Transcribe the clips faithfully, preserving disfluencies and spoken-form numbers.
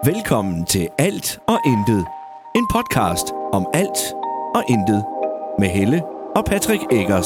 Velkommen til Alt og Intet. En podcast om alt og intet. Med Helle og Patrick Eggers.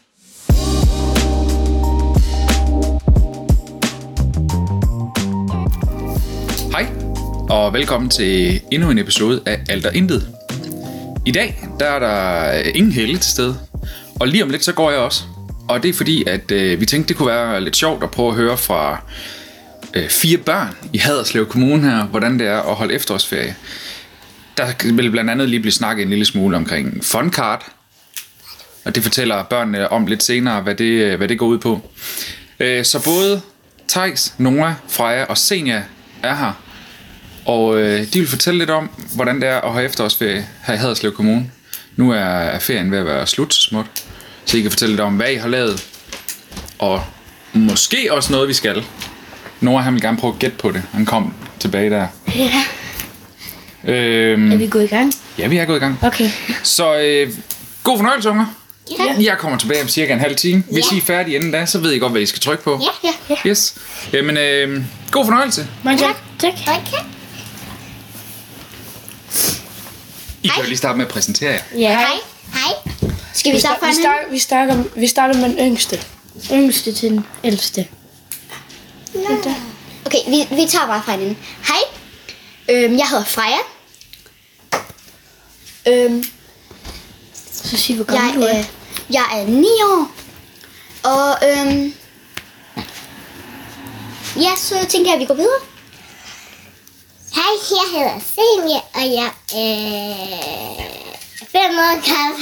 Hej, og velkommen til endnu en episode af Alt og Intet. I dag, der er der ingen Helle til stede. Og lige om lidt, så går jeg også. Og det er fordi, at øh, vi tænkte, det kunne være lidt sjovt at prøve at høre fra øh, fire børn i Haderslev Kommune her, hvordan det er at holde efterårsferie. Der vil blandt andet lige blive snakket en lille smule omkring Funcard. Og det fortæller børnene om lidt senere, hvad det, hvad det går ud på. Øh, så både Theis, Noah, Freja og Senja er her. Og øh, de vil fortælle lidt om, hvordan det er at have efterårsferie her i Haderslev Kommune. Nu er, er ferien ved at være slut småt. Så I kan fortælle lidt om, hvad I har lavet. Og måske også noget, vi skal. Noah, han vil gerne prøve at gætte på det. Han kom tilbage der. Ja. Øhm, Er vi gået i gang? Ja, vi er gået i gang. Okay. Så øh, god fornøjelse, unger. Ja. Jeg kommer tilbage om cirka en halv time. Hvis Ja. I er færdige inden da, så ved I godt, hvad I skal trykke på. Ja, ja, ja. Yes. Jamen, øh, god fornøjelse. Mange tak. Tak. Okay. I kan jo lige starte med at præsentere jer. Ja. Hej. Hej. Skal vi Vi, starte start, fra vi, starter, vi, starter, vi starter med den yngste. Yngste til den ældste. no. Okay, vi, vi tager bare fra den. Hej. Øhm, jeg hedder Freja. Øhm, Så sig, hvor gammel jeg, du er. er, jeg er ni år. Og øhm, ja, så tænker jeg, at vi går videre. Hej, jeg hedder Senja, og jeg er fem år gammel.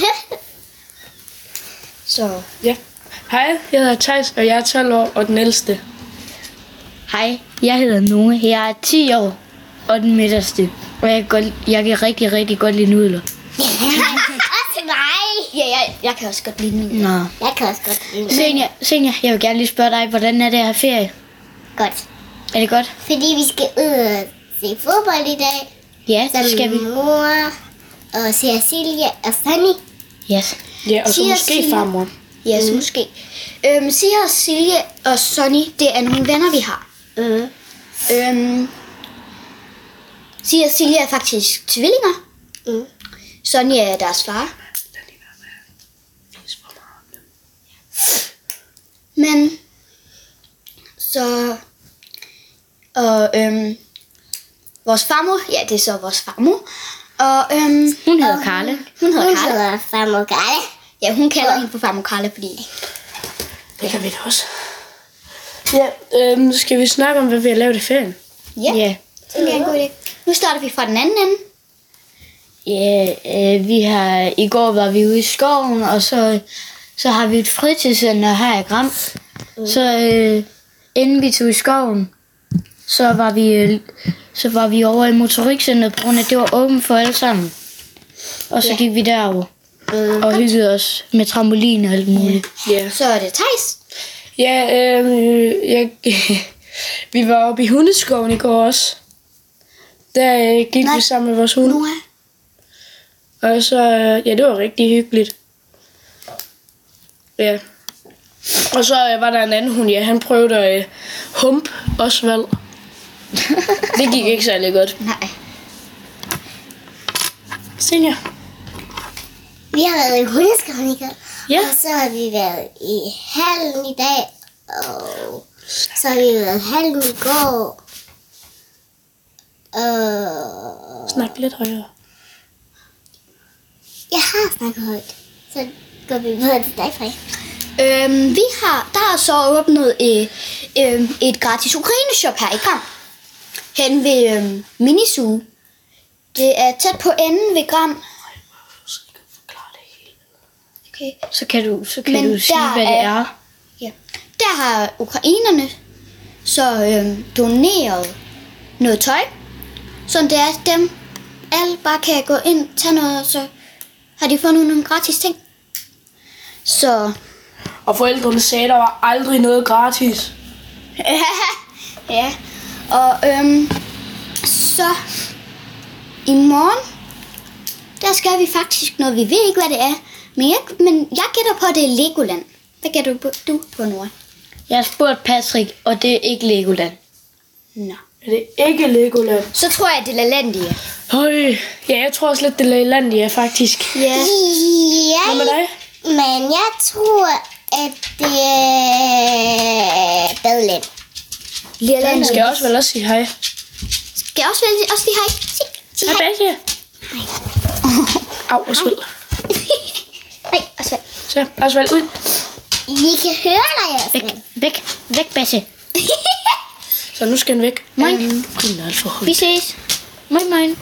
Så ja. Hej, jeg hedder Theis, og jeg er tolv år og den ældste. Hej, jeg hedder Noah. Jeg er ti år og den midterste. Og jeg kan, godt, jeg kan rigtig, rigtig godt lide nudler. Også mig. Ja, jeg, jeg kan også godt lide den. Nå. Jeg kan også godt lide den. Senja, Senja, jeg vil gerne lige spørge dig, hvordan er det at have ferie? Godt. Er det godt? Fordi vi skal ud og se fodbold i dag. Ja, det skal vi. Mor og Cecilia og Sunny. Yes. Ja, og så Siger måske Silje. farmor. Ja, yes, mm. måske. Øhm, Sia og Silje og Sunny, det er nogle venner, vi har. Mm. Øhm, Sia og Silje er faktisk tvillinger. Mm. Sunny er deres far. Men så og øhm, vores farmor, ja, det er så vores farmor. Og øhm, Hun hedder og Karle. Hun hedder Hun Karle. hedder farmor Karle. Ja, hun kalder hende for farmor Karle, fordi Det kan vi da også. Ja, øh, nu skal vi snakke om, hvad vi har lavet i ferien. ja, Ja. det er en god idé. Nu starter vi fra den anden ende. Ja, øh, vi har, i går var vi ude i skoven, og så, så har vi et fritidscenter her i Gram. Mm. Så øh, inden vi tog i skoven, så var vi, øh, så var vi over i motorikcenteret, på grund af, at det var åbent for alle sammen. Og så Ja. gik vi derover Mm. og hyggede os med trampolin og alt muligt. Ja, Så er det Theis. ja øh, jeg, vi var oppe i hundeskoven i går også. Der øh, gik Nej. vi sammen med vores hund. Noah. Og så, øh, ja, det var rigtig hyggeligt. Ja. Og så øh, var der en anden hund, ja, han prøvede at øh, hump Osvald. Det gik ikke særlig godt. Nej. Senja. Vi har været i hundeskoven i går. Ja. Og så har vi været i hallen i dag. Og så har vi været i hallen i går. Og Snak lidt højere. jeg har snakket højt. Så går vi videre til dig, Frej. Øhm, vi har, der er så åbnet et, øh, et gratis Ukraine-shop her i Gram. Hen ved øh, Minisu. Det er tæt på enden ved Gram. Okay. Så kan du, så kan Men du sige, der hvad det er- er. Ja. Der har ukrainerne så øh, doneret noget tøj, så det er dem, alle bare kan gå ind, tage noget, og så har de fundet nogle gratis ting. Så Og forældrene sagde, der var aldrig noget gratis. ja, og øhm, så i morgen, der skal vi faktisk noget, vi ved ikke, hvad det er, men jeg, men jeg gætter på, at det er Legoland. Hvad gætter du på, du på Nora? Jeg har spurgt Patrick, og det er ikke Legoland. Nå. Er det ikke Legoland? Så tror jeg, det er LaLandia. Høj. Ja, jeg tror også lidt, det er Legolandia, faktisk. Ja. Ja, Hvad med dig? men jeg tror, at det er Badeland. LaLandia. Skal jeg også vel også sige hej? Skal jeg også, vel- også lige hej? Sig, sig Hej, hej. Becky. Au, Osvald. Nej, Osvald. Så, Osvald, ud. Vi kan høre dig, Væk, Osvald. væk, væk, Basse. Så nu skal han væk. Moin. Um, Gud, alt for højt. Vi ses. Moin, moin.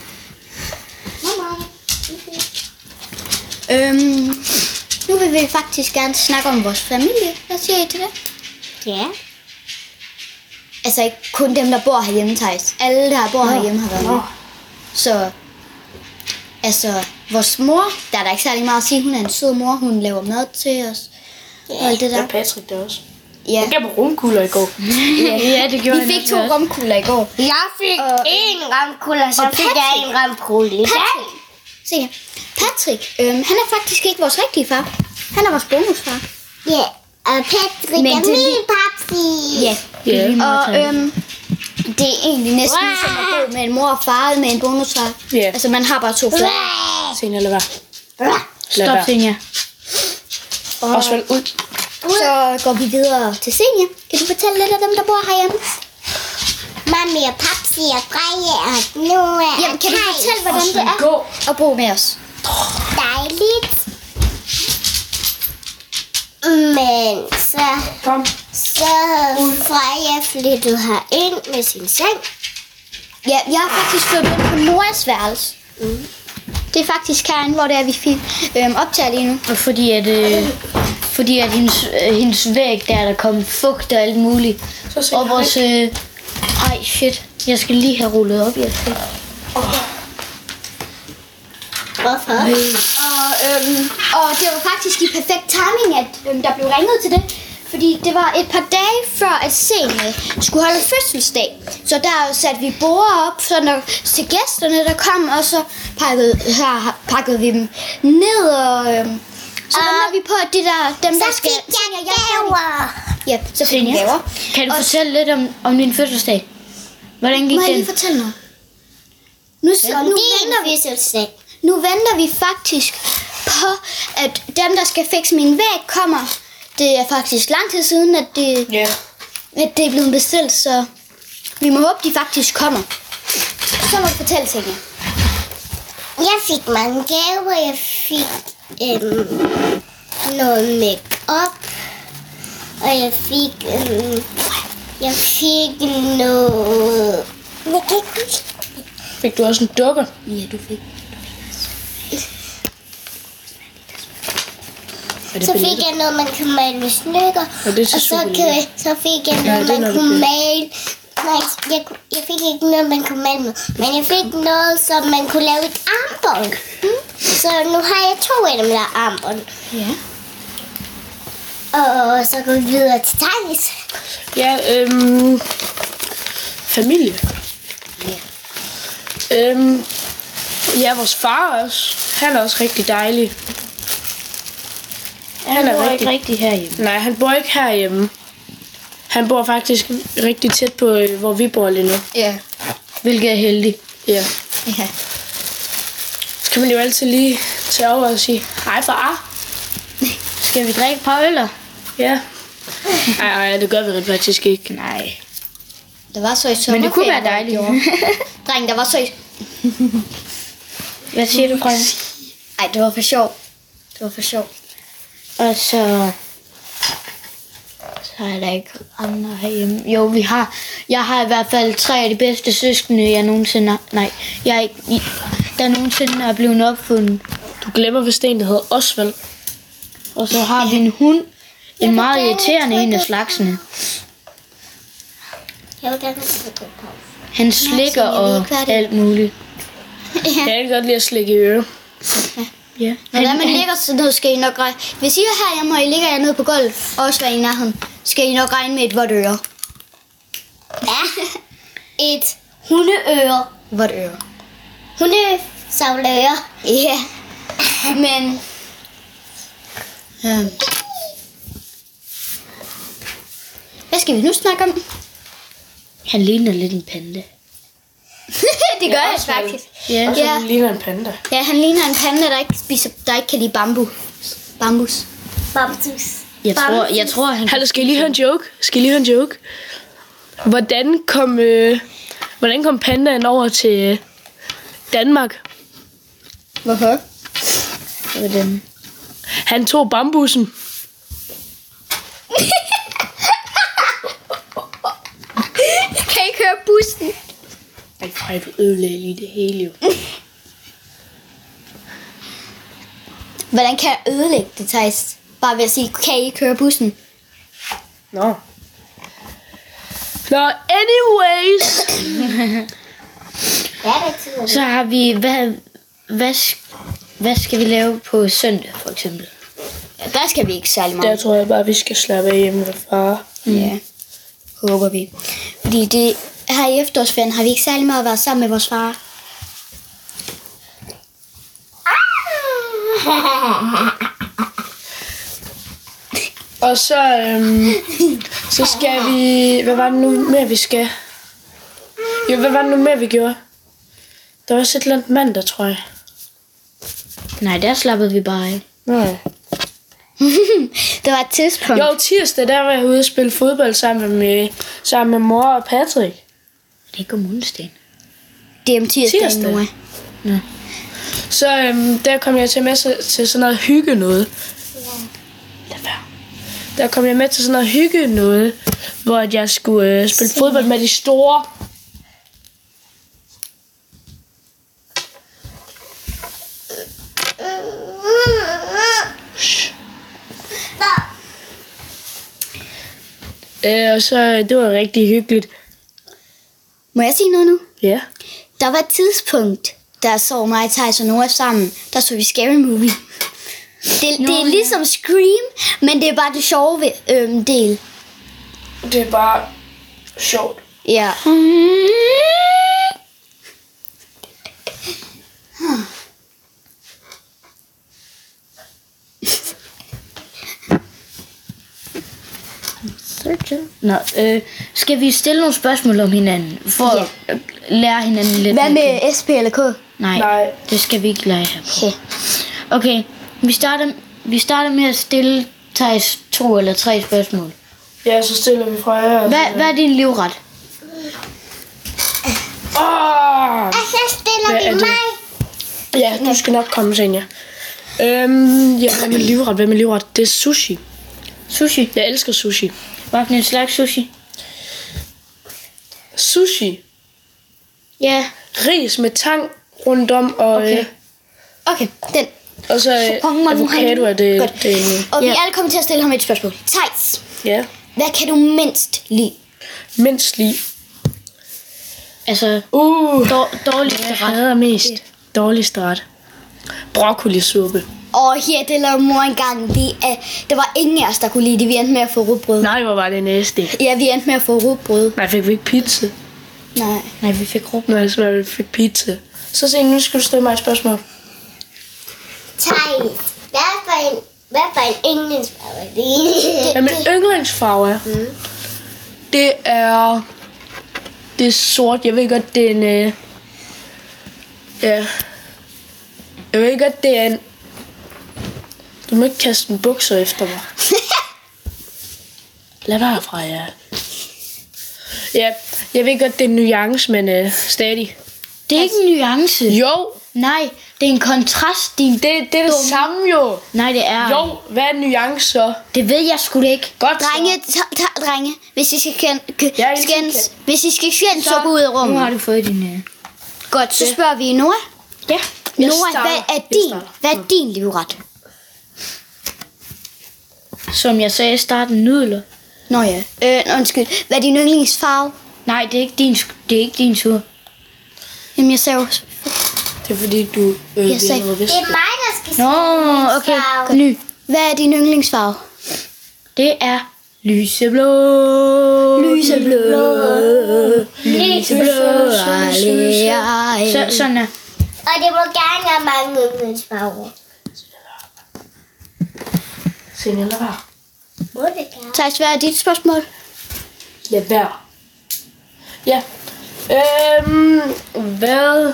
Øhm, nu vil vi faktisk gerne snakke om vores familie. Hvad siger I til det? Ja. Altså ikke kun dem, der bor herhjemme, Thijs. Alle, der bor herhjemme, har været med. Så, altså, vores mor, der er der ikke særlig meget at sige. Hun er en sød mor. Hun laver mad til os. Og alt det Der der. er Patrick der også. Ja, Jeg gav mig rumkugler i går. ja, ja det gjorde vi fik to romkugler i går. Jeg fik Og- en ramkugle, så og fik jeg Patrick. en ramkugle i dag. Patrick. Se her. Patrick, øhm, han er faktisk ikke vores rigtige far. Han er vores bonusfar. Ja, og Patrick Men er det- min papsi. Ja. Ja. Og øhm, det er egentlig næsten Wow. ligesom at bo med en mor og far med en bonusfar. Ja. Altså man har bare to far. Senere, lad være. Lad Stop, være. Senja. Osvald, ud. Så går vi videre til Senja. Kan du fortælle lidt af dem, der bor herhjemme? Mami og papsi og Dreje og nu er Jamen, kan du Thijs. fortælle, hvordan det er Gå. at bo med os? Dejligt. Men så, Kom. så Freja flyttede her ind med sin seng. Ja, jeg har faktisk flyttet ind på Noras værelse. Mm. Det er faktisk herinde, hvor det er, vi fik, øhm, optager lige nu. Og fordi at, øh, fordi at hendes, øh, hendes væg, der er der kommet fugt og alt muligt. Så se Og vores... Øh, ej, shit. Jeg skal lige have rullet op, jeg skal. Hvorfor? Og, øhm, og det var faktisk i perfekt timing, at øhm, der blev ringet til det. Fordi det var et par dage før, at Senja skulle holde fødselsdag. Så der satte vi borde op så der, til gæsterne, der kom, og så pakkede, her, pakkede vi dem ned. Og, øhm, så Og venter vi på, at de der, dem, Så der skal... fik jeg Senja, jeg er gaver. Ja, så fik vi Senja, gaver. Kan du Og- fortælle lidt om, om din fødselsdag? Hvordan gik Må jeg lige den? fortælle noget? Nu, så, Om nu, din venter vi, fødselsdag. nu venter vi faktisk på, at dem, der skal fikse min væg, kommer. Det er faktisk lang tid siden, at det, Ja. at det er blevet bestilt, så vi må håbe, de faktisk kommer. Så må du fortælle til jer. Jeg fik mange gaver. Jeg fik øhm, noget make-up. Og jeg fik... Øhm, jeg fik noget... Jeg kan ikke huske. Fik du også en dukke? Ja, du fik. Er det Så fik billetter? jeg noget, man kan male med smykker. Og det er til og så, chokolade. kan jeg, så fik jeg Ja, noget, det er man noget, kunne det male. Nej, jeg, ku- jeg fik ikke noget, man kunne male med. Men jeg fik noget, som man kunne lave et armbånd. Mm. Så nu har jeg to af dem der armbånd. Ja. Og så går vi videre til Thijs. Ja, øhm... Familie. Ja. Øhm... Ja, vores far også. Han er også rigtig dejlig. Han er rigtig... rigtig herhjemme. Nej, han bor ikke herhjemme. Han bor faktisk rigtig tæt på, øh, hvor vi bor lige nu. Ja. Hvilket er heldigt. Ja. Ja. Så kan man jo altid lige tage over og sige, hej far. Skal vi drikke et par øller? Ja. Ej, ej, det gør vi rent faktisk ikke. Nej. Det var så i sommerferien. Men det kunne være hvor vi dejligt. gjorde. Dreng, der var så i... Hvad siger du, Freja? Ej, det var for sjov. Det var for sjov. Og så... Så er der ikke andre herhjemme. Jo, vi har... Jeg har i hvert fald tre af de bedste søskende, jeg nogensinde har... Nej, jeg er ikke... Der nogensinde er blevet opfundet. Du glemmer vist en, der hedder Osvald. Og så har vi en hund. En vil meget gerne irriterende en af trykke. slagsene. Jeg vil gerne trykke på pause. Han slikker jeg ved og ikke, hvad det er. alt muligt. Jeg kan godt lide at slikke i øret. Ja. Når der, man ligger så ned, skal I nok regne. Hvis I er herhjemme, og I ligger jer nede på gulvet, og også er i nærheden, skal I nok regne med et vådt øre. Ja. Et hundeøre. Vådt øre. Hundesavløre. Ja. Men... Um. Hvad skal vi nu snakke om? Han ligner lidt en panda. Det gør Ja, jeg også han. faktisk. Ja. Og så Ja. ligner en panda. Ja, han ligner en panda, der ikke spiser, der ikke kan lide bambu. Bambus. Bambus. Jeg tror, jeg tror han... Hallo, skal I lige høre en joke? Skal I lige høre en joke? Hvordan kom, øh, hvordan kom pandaen over til øh, Danmark? Hvorfor? Hvordan? Han tog bambussen. Kan I køre bussen? Ej, fej, du ødelagde lige det hele jo. Hvordan kan jeg ødelægge det, Thijs? Bare ved at sige, kan I køre bussen? Nå. Nå, anyways. Ja, det er Så har vi... Hvad, hvad, sk- hvad skal vi lave på søndag, for eksempel? Ja, der skal vi ikke særlig Der meget. tror jeg bare, vi skal slappe af hjemme med far. Ja, håber vi. Fordi det, her i efterårsferien har vi ikke særlig meget været sammen med vores far. Og så, øhm, så skal vi... Hvad var det nu mere, vi skal? Jo, hvad var det nu mere, vi gjorde? Der var også et eller andet mandag, tror jeg. Nej, der slappede vi bare af. Nej. Det var et tidspunkt. Jo, tirsdag, der var jeg ude og spille fodbold sammen med, sammen med mor og Patrick. Det er ikke om onsdagen. Det er om tirsdagen Tirsdag. nu. Så øhm, der kom jeg til med til, til sådan noget hygge noget. Lad være. Der kom jeg med til sådan noget hygge noget, hvor at jeg skulle øh, spille fodbold med de store. Øh, og så, det var rigtig hyggeligt. Må jeg sige noget nu? Ja. Der var et tidspunkt, der så mig, Thijs og Nora sammen. Der så vi Scary Movie. Det, det er ligesom Scream, men det er bare det sjove ved, øhm, del. Det er bare sjovt. Ja. Nå, øh, skal vi stille nogle spørgsmål om hinanden? For Ja. at lære hinanden lidt. Hvad at kende? med S P eller K? Nej, Nej. det skal vi ikke lege her. Okay. Okay, vi starter, vi starter med at stille Thijs to eller tre spørgsmål. Ja, så stiller vi fra jer. Hvad, hvad er din livret? Åh! Så stiller Hvad er det? Ja, du skal nok komme, Senja. Øhm, ja, hvad er min livret? Hvad er min livret? Det er sushi. Sushi. Jeg elsker sushi. Hvad for en slags sushi? Sushi. Ja. Ris med tang rundt om, og, Okay. øh, Okay, den. og så øh, avocado er det. Godt. det Og vi Ja. alle kommer til at stille ham et spørgsmål. Thijs, ja, hvad kan du mindst lide? mindst lige. Altså, Uh, dår, dårligste jeg ret. hader mest. Dårligste ret. Broccolisuppe. Åh, ja, det lavede mor engang. Vi, uh, der var ingen af os, der kunne lide det. Vi endte med at få rugbrød. Nej, hvor var det næste. Ja, vi endte med at få rugbrød. Nej, fik vi ikke pizza. Nej. Nej, vi fik råb. Nej, så vi fik pizza. Så se, nu skal du stille mig et spørgsmål. Thijs, hvad for en, hvad for en yndlingsfarve er det? Ja, min yndlingsfarve er... Mm. Det er... Det er sort. Jeg ved godt, det er en... Øh, ja. Jeg ved godt, det er en... Du må ikke kaste en bukser efter mig. Lad være fra jer. Ja, jeg ved godt, det er en nuance, men øh, stadig. Det er ikke en nuance. Jo, Nej, det er en kontrast, din... det, det er det Dum. samme jo. Nej, det er... Jo, hvad er nuance så? Det ved jeg sgu da ikke. Godt så. Drenge, ta- ta- drenge, hvis I skal kende, Jeg er ikke skændes, sikker. hvis I skal skændes, så gå ud af Nu har rummet. du fået din... Øh... Godt, så spørger vi Nora. Ja. Jeg Nora, starter. hvad er Jeg din, starter. hvad er din livret? Som jeg sagde i starten, nudler. Nå ja. Øh, undskyld. Hvad er din yndlingsfarve? Nej, det er ikke din, sk- det er ikke din tur. Jamen, jeg sagde jo... Det er fordi, du øh, Jeg sagde- ved noget vist. Det er mig, der skal Nå, sige okay. yndlingsfarve. Ny. Hvad er din yndlingsfarve? Det er lyseblå. Lyseblå. Lyseblå. Så, sådan er. Og det må gerne have mange yndlingsfarver. Senja, lad være. Må det gerne? Thijs, hvad er dit spørgsmål? Lad være. Ja. Øhm, hvad...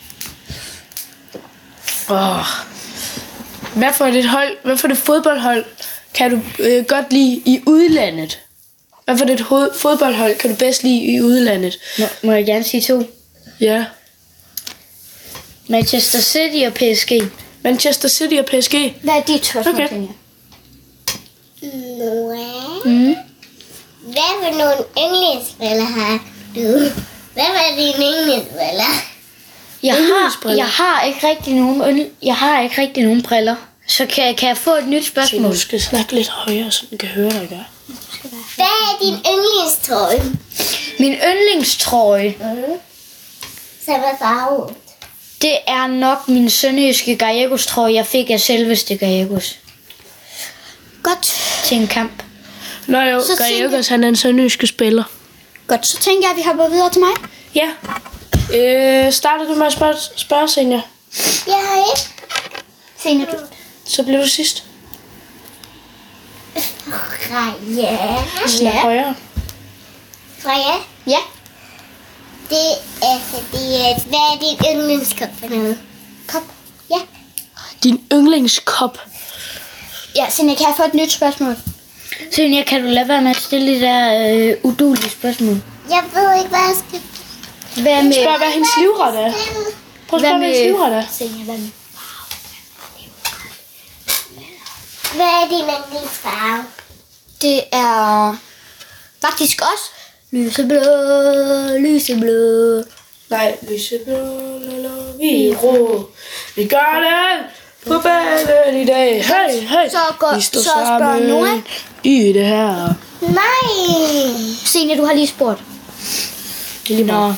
Åh. Hvad for et hold, hvad for et fodboldhold kan du øh, godt lide i udlandet? Hvad for et ho- fodboldhold kan du bedst lide i udlandet? Må, må jeg gerne sige to? Ja. Manchester City og P S G. Manchester City og P S G. Hvad er dit spørgsmål, Okay. Senja? Noah, Mm. hvad for nogle yndlingsbriller har du? Hvad var dine yndlingsbriller? Jeg har, Yndlingsbriller. jeg har ikke rigtig nogen yndl- jeg har ikke rigtig nogen briller. Så kan, kan jeg få et nyt Så spørgsmål? du skal snakke lidt højere, så den kan høre dig gøre. Hvad er din yndlingstrøje? Min yndlingstrøje, Som er farvet. det er nok min sønderjyske Gallegos trøje, jeg fik af selveste Gallegos Godt. til en kamp. Nå jo, Så Gallegos, han er en sønderjyske spiller. Godt, så tænker jeg, at vi hopper videre til mig. Ja. Øh, starter du med at spørge, spørge Senja? Jeg har et. Senja, du. Så bliver du sidst. Freja. Snak højere. Freja, Ja. det er fordi, at hvad er din yndlingskop for noget? Kop. Ja. Din yndlingskop. Ja, Senja, kan jeg få et nyt spørgsmål? Senja, kan du lade være med at stille de der øh, udulige spørgsmål? Jeg ved ikke, hvad jeg skal... Hvad med, Spørg, hvad hendes livret er. Prøv at spørge, hvad med- hendes livret er. Senja, hvad med? Hvad er din yndlingsfarve? Det er faktisk også lyseblå, lyseblå. Nej, lyseblå, lala, vi er rå. Vi gør det alt på banen i dag. Hey, hey. Så går- Vi står så spørger sammen Noah. i det her. Nej. Senja, du har lige spurgt. Det er lige meget.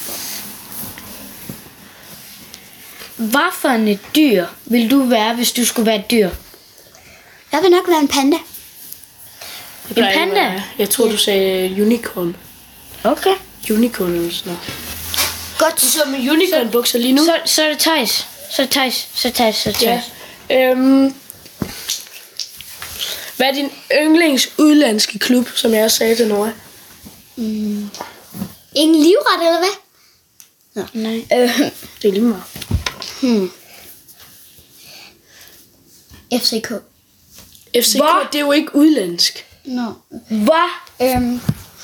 hvad for et dyr vil du være, hvis du skulle være et dyr? Jeg vil nok være en panda. Det plejer ikke panda? at være- Jeg tror, du sagde unicorn. Okay. Unicorn eller sådan noget. Godt. Så med unicorn bukser lige nu. Så, så er det Thijs. Så er det Thijs. Så er det Thijs. Så er det Ja. Thijs. Øhm, hvad er din yndlings udlandske klub, som jeg også sagde til Nora? Ingen livret, eller hvad? Nej. Øh, Det er lige meget. hmm. F C K. F C K, det er jo ikke udlandsk. Nå. Hvad? Øhm.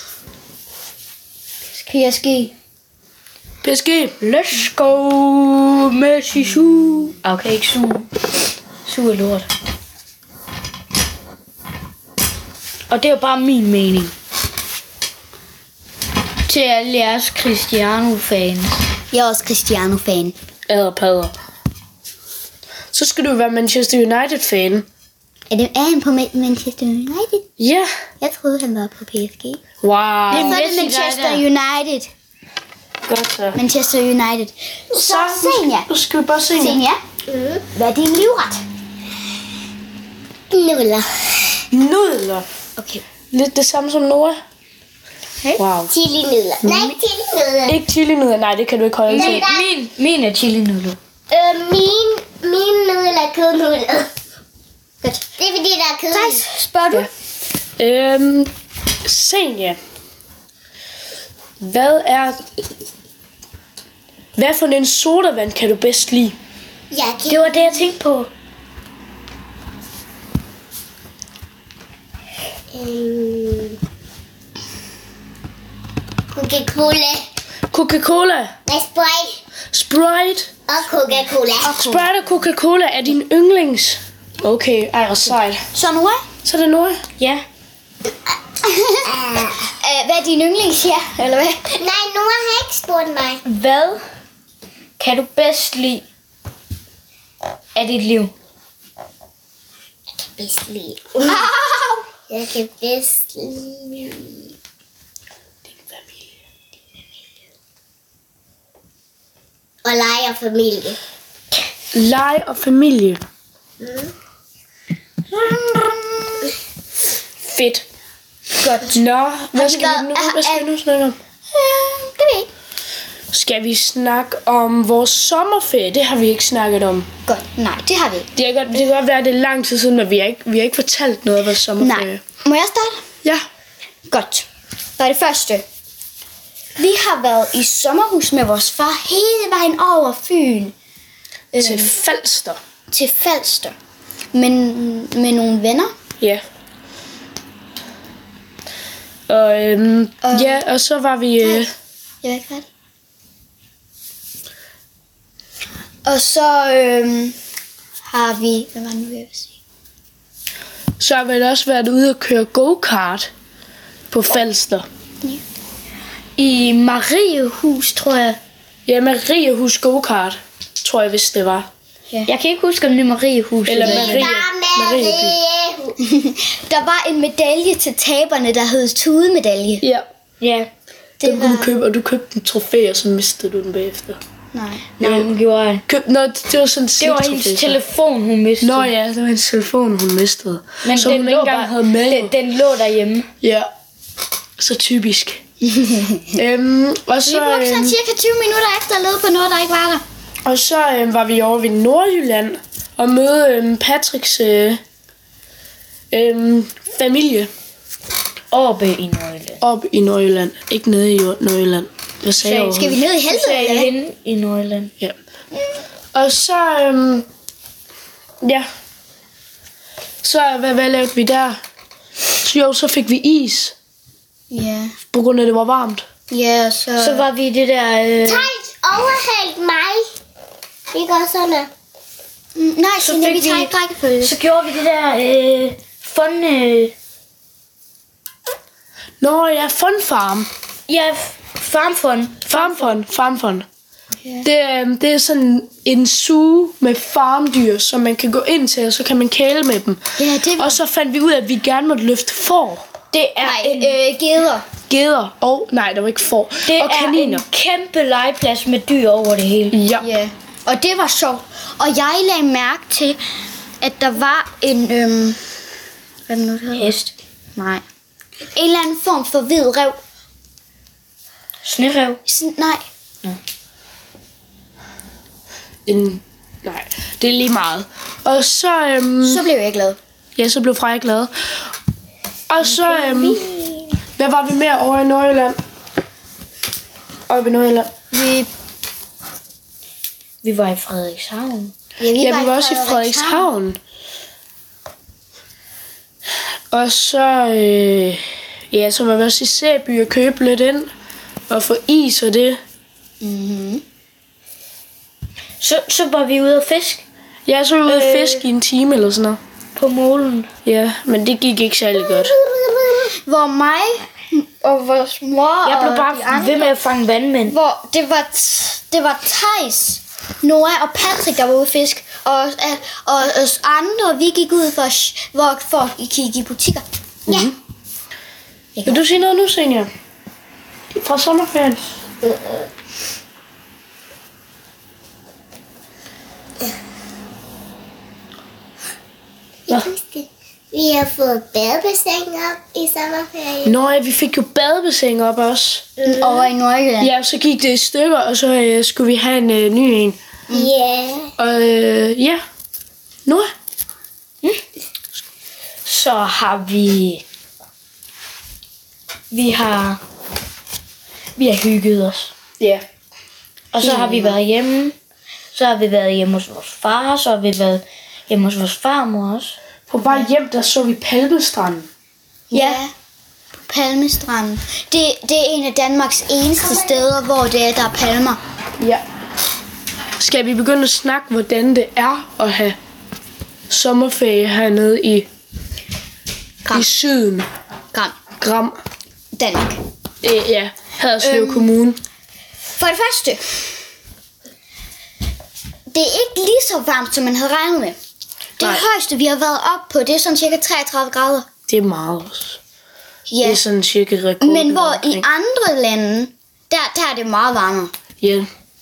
P S G. P S G. Let's go, Messi, su. Okay, ikke su. Su er lort. Og det er jo bare min mening. Til alle jeres Cristiano-fans. Jeg er også Cristiano-fan. Adderpadder. Så skal du være Manchester United-fan. Er, det, er han på Ma- Manchester United? Ja. Jeg troede, han var på P S G. Wow. Det er Så er det Messi, der er Manchester der. United. Godt så. Manchester United. Så, Senja. Nu skal vi bare se. Senja. Hvad er din livret? Nuller. Nudler. Okay. Lidt det samme som Nora. Hey. Wow. Chili nudler. Nej, chili nudler. Ikke chili nudler. Nej, det kan du ikke holde til. Min, min er chili nudler. Øh, min, min nudler er kødnudler. Godt. Det er fordi, der er kød. Thijs, spørger du? Ja. Øhm, Senja. Hvad er... Hvad for en sodavand kan du bedst lide? Jeg kan Det var det, jeg tænkte på. øhm, Coca-Cola. Coca-Cola. Nej, Sprite. Sprite. Og Coca-Cola. Sprite og Coca-Cola er din yndlings. Okay, ej, hvor sejt. Så Nora? Så er det Nora. Ja. Øh, hvad er din yndlings her, eller hvad? Nej, Nora har ikke spurgt mig. Hvad kan du bedst lide af dit liv? Bedst lide. Jeg kan bedst lide. Og lege og familie. Leg og familie. Mm. Fedt. Godt. Nå, hvad skal været- vi nu, hvad skal vi nu snakke om? Øh, det ved jeg ikke. Skal vi snakke om vores sommerferie? Det har vi ikke snakket om. Godt. Nej, det har vi ikke. Det kan godt, det kan godt være, at det er lang tid siden, men vi har ikke, vi har ikke fortalt noget af vores sommerferie. Nej. Må jeg starte? Ja. Godt. Så er det første. Vi har været i sommerhus med vores far hele vejen over Fyn. Til Falster. Til Falster. Men med nogle venner. Ja. Og, øhm, Og- ja, og så var vi... Øh, Jeg er ikke færdig. Og så øhm, har vi... Hvad var det nu, jeg vil sige? så har vi også været ude og køre go-kart på Falster. I Mariehus, tror jeg. Ja, Mariehus go-kart, tror jeg, hvis det var. Jeg kan ikke huske, om det er Mariehus. Eller eller- Marie. Marieby. Der var en medalje til taberne, der hed tudemedalje. Ja, Ja. Det den kunne du var... købe, og du købte en trofæ, og så mistede du den bagefter. Nej. Nej, hun gjorde jeg. Køb, nå, det var sådan en Det var sliktrofæ, hendes så. telefon, hun mistede. Nå ja, det var en telefon, hun mistede. Men som den hun lå ikke engang bare- havde med. Den, den lå derhjemme. Ja, så typisk. øhm, og Vi så, brugte sådan øhm, cirka tyve minutter efter at lede på noget, der ikke var der. og så øhm, var vi over ved Nordjylland og møde øhm, Patricks øh, øhm, familie Oppe i Nordjylland. op i Nordjylland. Ikke nede i Nordjylland. Hvad sagde jeg? Skal vi ned i helvede, Så er eller jeg hvad? henne i Nordjylland. Ja. Og så, øhm, ja. Så, hvad, hvad lavede vi der? Så jo, så fik vi is, Ja. på grund af, at det var varmt. Ja, så... Så var vi i det der... Øh, Thijs overhældt mig. Vi går sådan her. Mm, nej, så Signe, vi fik tager vi- ikke rækkefølge. så gjorde vi det der... Øh, fun... Øh, Nå ja, Fun Farm. ja, farmfun. Farmfun, farmfun. Det, øhm, det er sådan en zoo med farmdyr, som man kan gå ind til, og så kan man kæle med dem. Ja, det var... Og så fandt vi ud af, at vi gerne måtte løfte får, Det er Nej, en, øh, geder. geder og... Nej, der var ikke får. det og er kaniner. en kæmpe legeplads med dyr over det hele. Ja. Ja. Og det var sjovt. Og jeg lagde mærke til, at der var en... Øhm, hvad er det nu, det hedder? Hest. Nej. En eller anden form for hvid rev. Snerev. Sådan, nej. En, nej, det er lige meget. Og så... Øhm, Så blev jeg glad. Ja, så blev Freja glad. Og så... Øhm, hvad var vi mere over i Nordjylland? Oppe i Nordjylland. Vi, Vi var i Frederikshavn. ja, vi, Ja, vi var også i Frederikshavn. Og så... Øh, ja, så var vi også i Sæby og købe lidt ind. Og få is og det. Så, så var vi ude at fiske Ja, så var vi ude at Øh. fiske i en time eller sådan noget. på målen. Ja, men det gik ikke særlig godt. Hvor mig og vores mor Jeg blev og de bare andre, ved med at fange vandmænd. hvor det var, det var Thijs, Noah og Patrick, der var ude at fisk. Og, og, og os andre, vi gik ud for, at sh- hvor, for at kigge i butikker. Ja. Vil du sige noget nu, Senja? Fra sommerferien? Jeg husker, vi har fået badebassin op i sommerferien. Nå ja, vi fik jo badebassin op også. Over i Nordjylland. Ja, så gik det i stykker, og så øh, skulle vi have en øh, ny en. Ja. Og øh, ja, nu Så har vi... Vi har... Vi har hygget os. ja. Og så har vi været hjemme. Så har vi været hjemme hos vores far. Så har vi været hjemme hos vores farmor også. På vej hjem, der så vi Palmestranden. Ja. På Palmestranden. Det, det er en af Danmarks eneste steder, hvor det er, der er palmer. Ja. Skal vi begynde at snakke, hvordan det er at have sommerferie hernede i, Gram. i syden? Gram. Gram. Danmark. Øh, ja, Haderslev Øhm. Kommune. For det første. Det er ikke lige så varmt, som man havde regnet med. Det Nej. højeste, vi har været op på, det er sådan cirka treogtredive grader. Det er meget også. Det Ja. er sådan cirka rekord. Men hvor i andre lande, der, der er det meget varmere. Ja.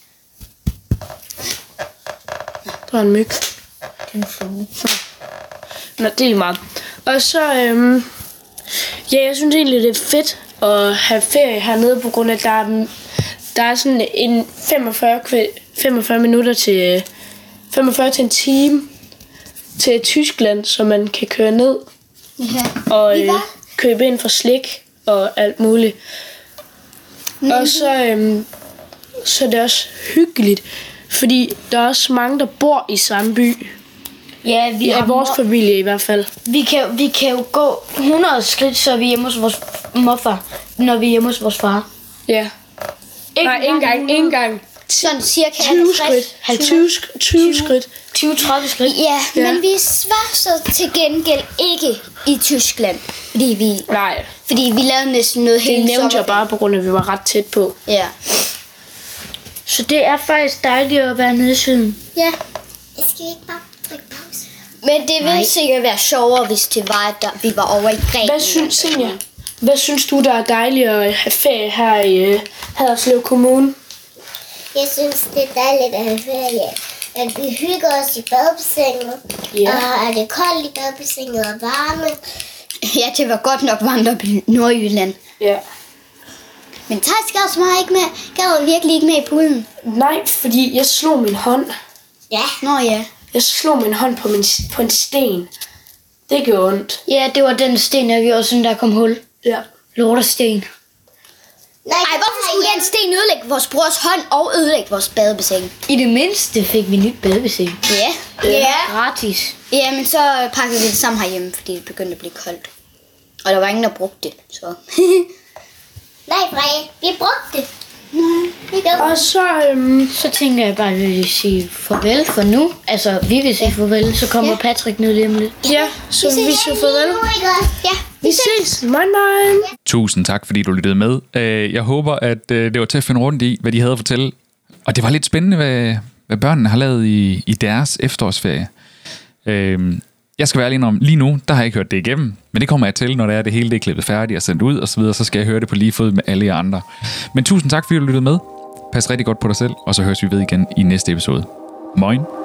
Der var en myg. Den flue. Nå, det er lige meget. Og så, øhm, ja, jeg synes egentlig, det er fedt at have ferie hernede, på grund af, at der er, der er sådan en femogfyrre, kvæ- femogfyrre minutter til, femogfyrre til en time til Tyskland, så man kan køre ned Ja. og Vi øh, var- købe ind for slik og alt muligt. Og så, øhm, så er det også hyggeligt, fordi der er også mange, der bor i samme by. Ja, vi Ja, har vores mor- familie i hvert fald. vi kan, vi kan jo gå hundrede skridt, så er vi hjemme hos vores morfar, når vi er hjemme hos vores far. Ja. Ikke Nej, ikke engang, ikke engang. Sådan cirka tyve skridt. halvtreds. tyve, sk- tyve skridt. tyve til tredive skridt. Ja, Ja. men vi var så til gengæld ikke i Tyskland, fordi vi, Nej, fordi vi lavede næsten noget det hele nævnte jeg sommerferien. bare, på grund af, at vi var ret tæt på. Ja. Så det er faktisk dejligt at være nede i syden. Ja. Jeg skal ikke bare trykke pause. Men det ville sikkert være sjovere, hvis det var, at der, vi var over i Grækenland. Hvad synes, Senja? Hvad synes du, der er dejligt at have ferie her i uh, Haderslev Kommune? Jeg synes, det er dejligt at have ferie. At vi hygger os i badebassinet. Ja. Og er det koldt i badebassinet og varme. Ja, det var godt nok varmt op i Nordjylland. Ja. Men Thijs gad så meget ikke med. Gad virkelig ikke med i poolen. Nej, fordi jeg slog min hånd. Ja. Nå ja. Jeg slog min hånd på, min, på en sten. Det gjorde ondt. Ja, det var den sten, der gjorde sådan, der kom hul. Ja. Lortesten. Nej, Ej, hvorfor skulle den sten ødelægge vores brors hånd og ødelægge vores badebassin? I det mindste fik vi nyt badebassin. Ja. Ja. Gratis. Ja, men så pakkede vi det sammen herhjemme, fordi det begyndte at blive koldt. Og der var ingen, der brugte det, så... Nej, Freja, vi brugte det. Nej, Og så, øhm, Så tænker jeg bare, at vi vil sige farvel for nu. Altså, vi vil sige farvel, så kommer Ja. Patrick ned lige om lidt. ja, så vi siger farvel. Ja, Vi ses. Moin, moin. Tusind tak, fordi du lyttede med. Øh, Jeg håber, at øh, det var til at finde rundt i, hvad de havde at fortælle. Og det var lidt spændende, hvad, hvad børnene har lavet i, i deres efterårsferie. Øh, Jeg skal være alene om, lige nu, der har jeg ikke hørt det igennem. Men det kommer jeg til, når det er det hele det er klippet færdigt og sendt ud og så videre. Så skal jeg høre det på lige fod med alle jer andre. Men tusind tak, fordi du lyttede med. Pas rigtig godt på dig selv, og så høres vi ved igen i næste episode. Moin.